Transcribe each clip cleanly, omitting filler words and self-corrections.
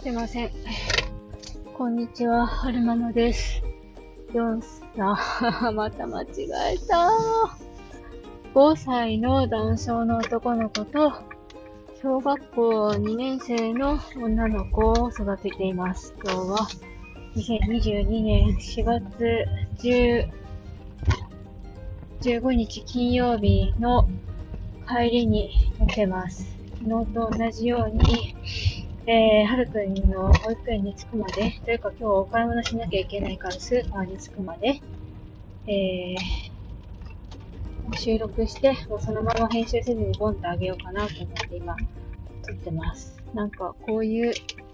すいません。こんにちは、はるまのです。また間違えた。5歳の男性の男の子と、小学校2年生の女の子を育てています。今日は2022年4月15日金曜日の帰りに撮ってます。昨日と同じように、はるくんの保育園に着くまで、というか今日お買い物しなきゃいけないからスーパーに着くまで、収録して、もうそのまま編集せずにボンとあげようかなと思って今、撮ってます。なんかこういう、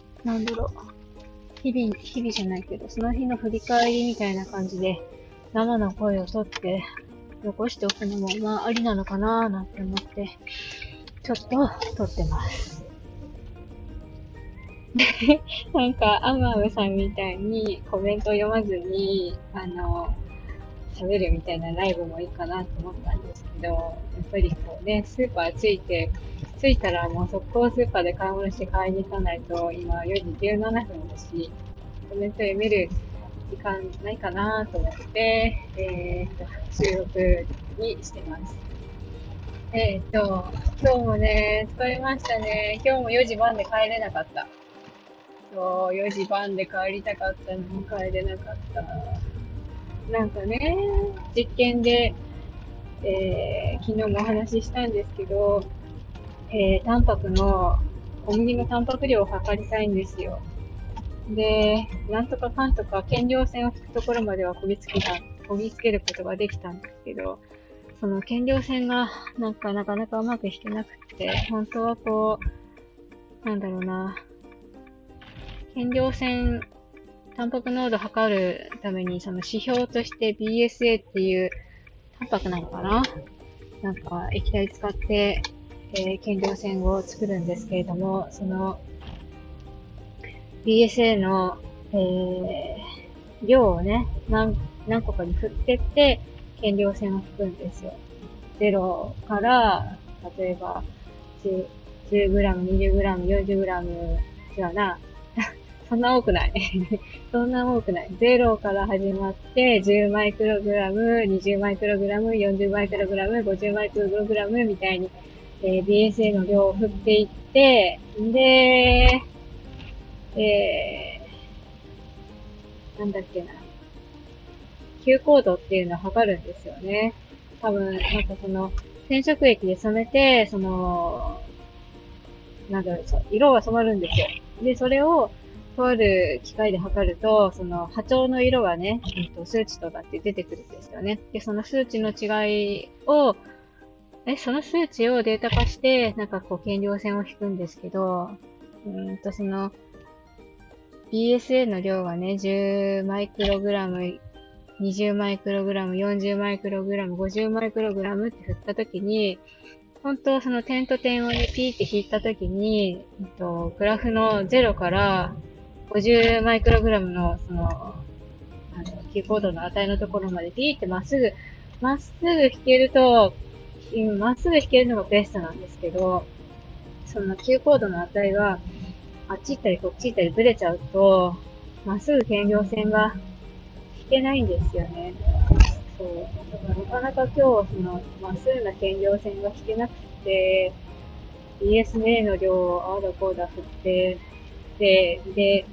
日々じゃないけど、その日の振り返りみたいな感じで、生の声を撮って、残しておくのも、ありなのかなーなんて思って、ちょっと撮ってます。なんか、アムアムさんみたいにコメント読まずに、喋るみたいなライブもいいかなと思ったんですけど、やっぱりこうね、スーパー着いたらもう速攻スーパーで買い物して買いに行かないと、今4時17分だし、コメント読める時間ないかなと思って、収録にしてます。今日もね、疲れましたね。今日も4時半で帰れなかった。そう、4時半で帰りたかったのに帰れなかった。なんかね、実験で、昨日もお話ししたんですけど、小麦のタンパク量を測りたいんですよ。で、なんとかかんとか検量線を引くところまではこぎつけることができたんですけど、その検量線がなかなかうまく引けなくて、本当は検量線、タンパク濃度を測るためにその指標として BSA っていうタンパクなのかな、なんか液体使って、検量線を作るんですけれども、その BSA の、量をね、何個かに振ってって、検量線を引くんですよ。0から、例えば、10g、20g、40g、違うな。そんな多くない。0から始まって、10マイクログラム、20マイクログラム、40マイクログラム、50マイクログラムみたいに、BSA の量を振っていって、で、Q コードっていうのを測るんですよね。多分、染色液で染めて、色が染まるんですよ。で、それを、とある機械で測ると、波長の色がね、数値となって出てくるんですよね。で、その数値の違いを、その数値をデータ化して、検量線を引くんですけど、BSA の量がね、10マイクログラム、20マイクログラム、40マイクログラム、50マイクログラムって振ったときに、本当その点と点をね、ピーって引いたときに、グラフの0から50マイクログラムの、Q コードの値のところまでピーってまっすぐ引けると、まっすぐ引けるのがベストなんですけど、その Q コードの値が、あっち行ったりこっち行ったりずれちゃうと、まっすぐ検量線が引けないんですよね。そう。だからなかなか今日、まっすぐな検量線が引けなくて、BSA の量をああだこうだ振って、で、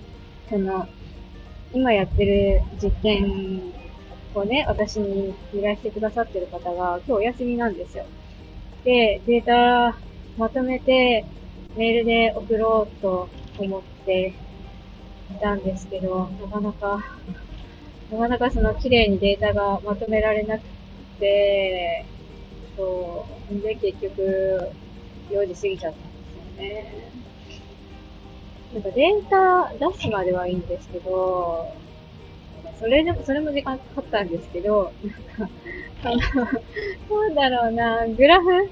今やってる実験をね、私に依頼してくださってる方が今日お休みなんですよ。で、データまとめてメールで送ろうと思っていたんですけど、なかなか綺麗にデータがまとめられなくて、で、結局、4時過ぎちゃったんですよね。データ出すまではいいんですけど、それも時間かかったんですけど、グラフ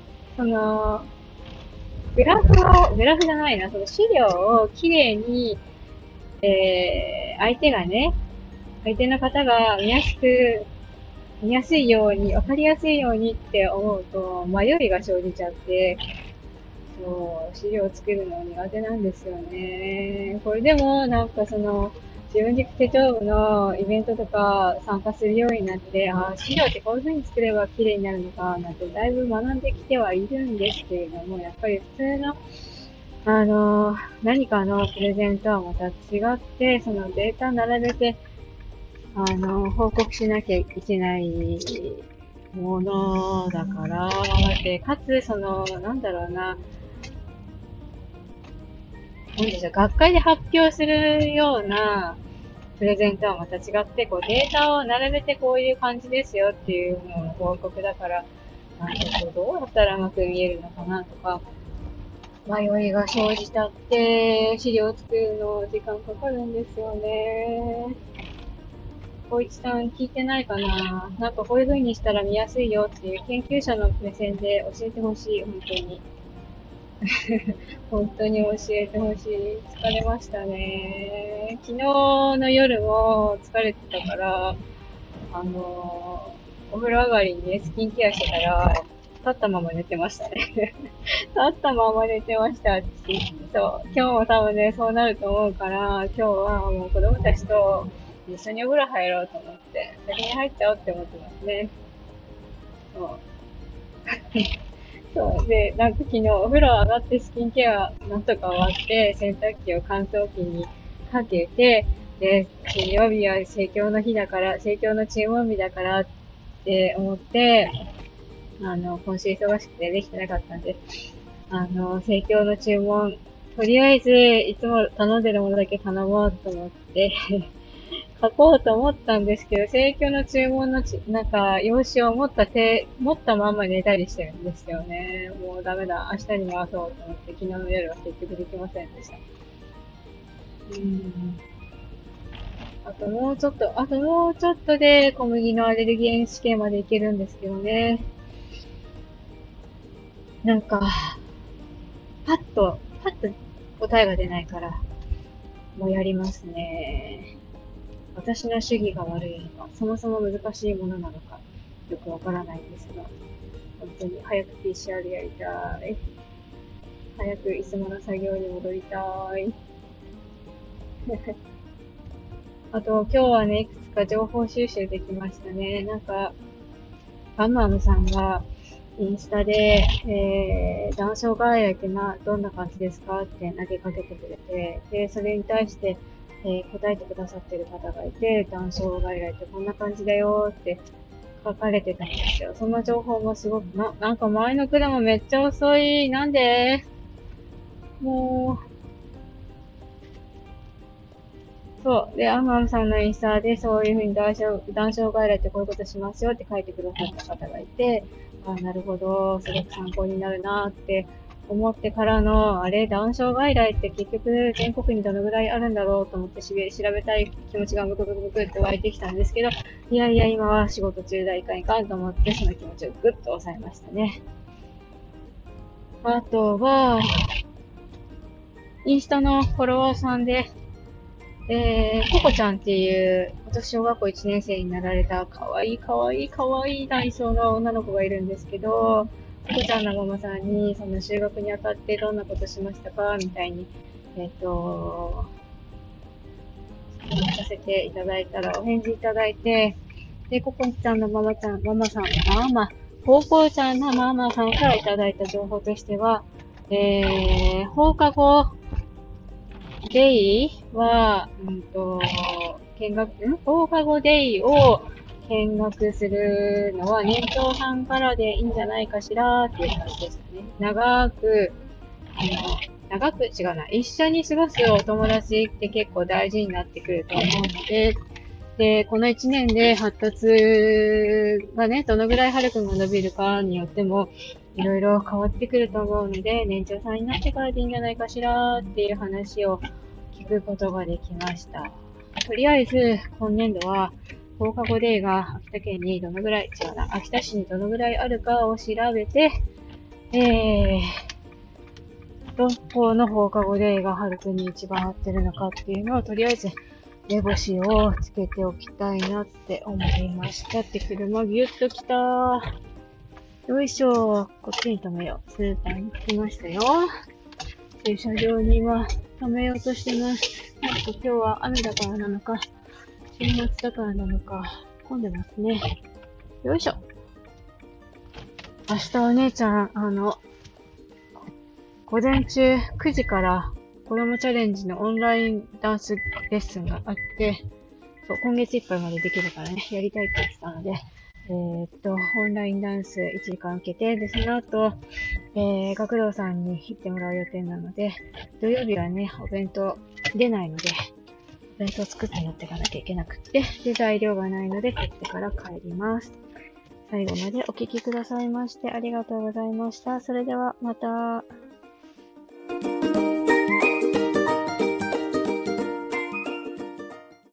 じゃないな、その資料をきれいに、相手の方が見やすいように、わかりやすいようにって思うと、迷いが生じちゃって、 そう、資料作るの苦手なんですよね。これでも、なんか自分軸手帳部のイベントとか参加するようになって、ああ、資料ってこういう風に作れば綺麗になるのか、なんてだいぶ学んできてはいるんですけれども、やっぱり普通の、何かのプレゼントはまた違って、そのデータ並べて、報告しなきゃいけないものだから、で、かつ、なんだろうな、なんでしょう、学会で発表するようなプレゼントはまた違って、こうデータを並べてこういう感じですよっていうのの報告だから、なんかこうどうやったらうまく見えるのかなとか、迷いが生じたって、資料を作るの時間かかるんですよね。小一さん聞いてないかな。なんかこういう風にしたら見やすいよっていう研究者の目線で教えてほしい、本当に。本当に教えてほしい。疲れましたね。昨日の夜も疲れてたから、お風呂上がりにね、スキンケアしてたら、立ったまま寝てましたね。立ったまま寝てました、私。そう。今日も多分ね、そうなると思うから、今日はもう子供たちと一緒にお風呂入ろうと思って、先に入っちゃおうって思ってますね。そう。そう。で、なんか昨日お風呂上がってスキンケアなんとか終わって、洗濯機を乾燥機にかけて、で、金曜日は盛況の日だから、盛況の注文日だからって思って、今週忙しくてできてなかったんで、盛況の注文、とりあえず、いつも頼んでるものだけ頼もうと思って書こうと思ったんですけど、盛況の注文のなんか、用紙を持ったまま寝たりしてるんですよね。もうダメだ。明日に回そうと思って、昨日の夜は結局できませんでした。あともうちょっとで小麦のアレルギー試験までいけるんですけどね。なんか、パッと答えが出ないから、もうやりますね。私の主義が悪いのか、そもそも難しいものなのか、よくわからないんですが、本当に早く PCR やりたい。早くいつもの作業に戻りたい。あと、今日はね、いくつか情報収集できましたね。なんか、ガンマムさんが、インスタで、談笑外来ってどんな感じですかって投げかけてくれて、で、それに対して、答えてくださってる方がいて、談笑外来ってこんな感じだよって書かれてたんですよ。その情報もすごく、なんか前の車めっちゃ遅い。なんでもそう。で、アンマンさんのインスタでそういうふうに談笑外来ってこういうことしますよって書いてくださった方がいて、あ、なるほど、すごく参考になるなって思ってからの、あれ、談笑外来って結局全国にどのぐらいあるんだろうと思って調べたい気持ちがムクムクムクって湧いてきたんですけど、いやいや、今は仕事中だ、いかんいかんと思ってその気持ちをぐっと抑えましたね。あとは、インスタのフォロワーさんで、ココちゃんっていう、今年小学校1年生になられた、かわいいかわいいかわいい内装の女の子がいるんですけど、ココちゃんのママさんに、その修学にあたってどんなことしましたかみたいに、させていただいたら、お返事いただいて、で、ココちゃんのママさん、ココちゃんのママさんからいただいた情報としては、放課後、デイは、放課後デイを見学するのは年長さんからでいいんじゃないかしらっていう感じでしたね。長く違うな。一緒に過ごすお友達って結構大事になってくると思うので、で、この1年で発達がね、どのぐらいはるくんが伸びるかによっても、いろいろ変わってくると思うので、年長さんになってからでいいんじゃないかしらっていう話を聞くことができました。とりあえず、今年度は、放課後デイが秋田県にどのぐらい、秋田市にどのぐらいあるかを調べて、どこの放課後デイがはるくんに一番合ってるのかっていうのを、とりあえず、目星をつけておきたいなって思いました。って車ギュッときたー。 よいしょ。こっちに止めよう。スーパーに来ましたよ。駐車場に今、止めようとしてます。なんか今日は雨だからなのか、週末だからなのか、混んでますね。よいしょ。明日お姉ちゃん、午前中9時から子供チャレンジのオンラインダンスレッスンがあって、そう、今月いっぱいまでできるからね、やりたいって言ってたので、オンラインダンス1時間受けて、で、その後、学童さんに行ってもらう予定なので、土曜日はね、お弁当出ないので、お弁当作って持っていかなきゃいけなくって、で、材料がないので買ってから帰ります。最後までお聞きくださいましてありがとうございました。それではまた。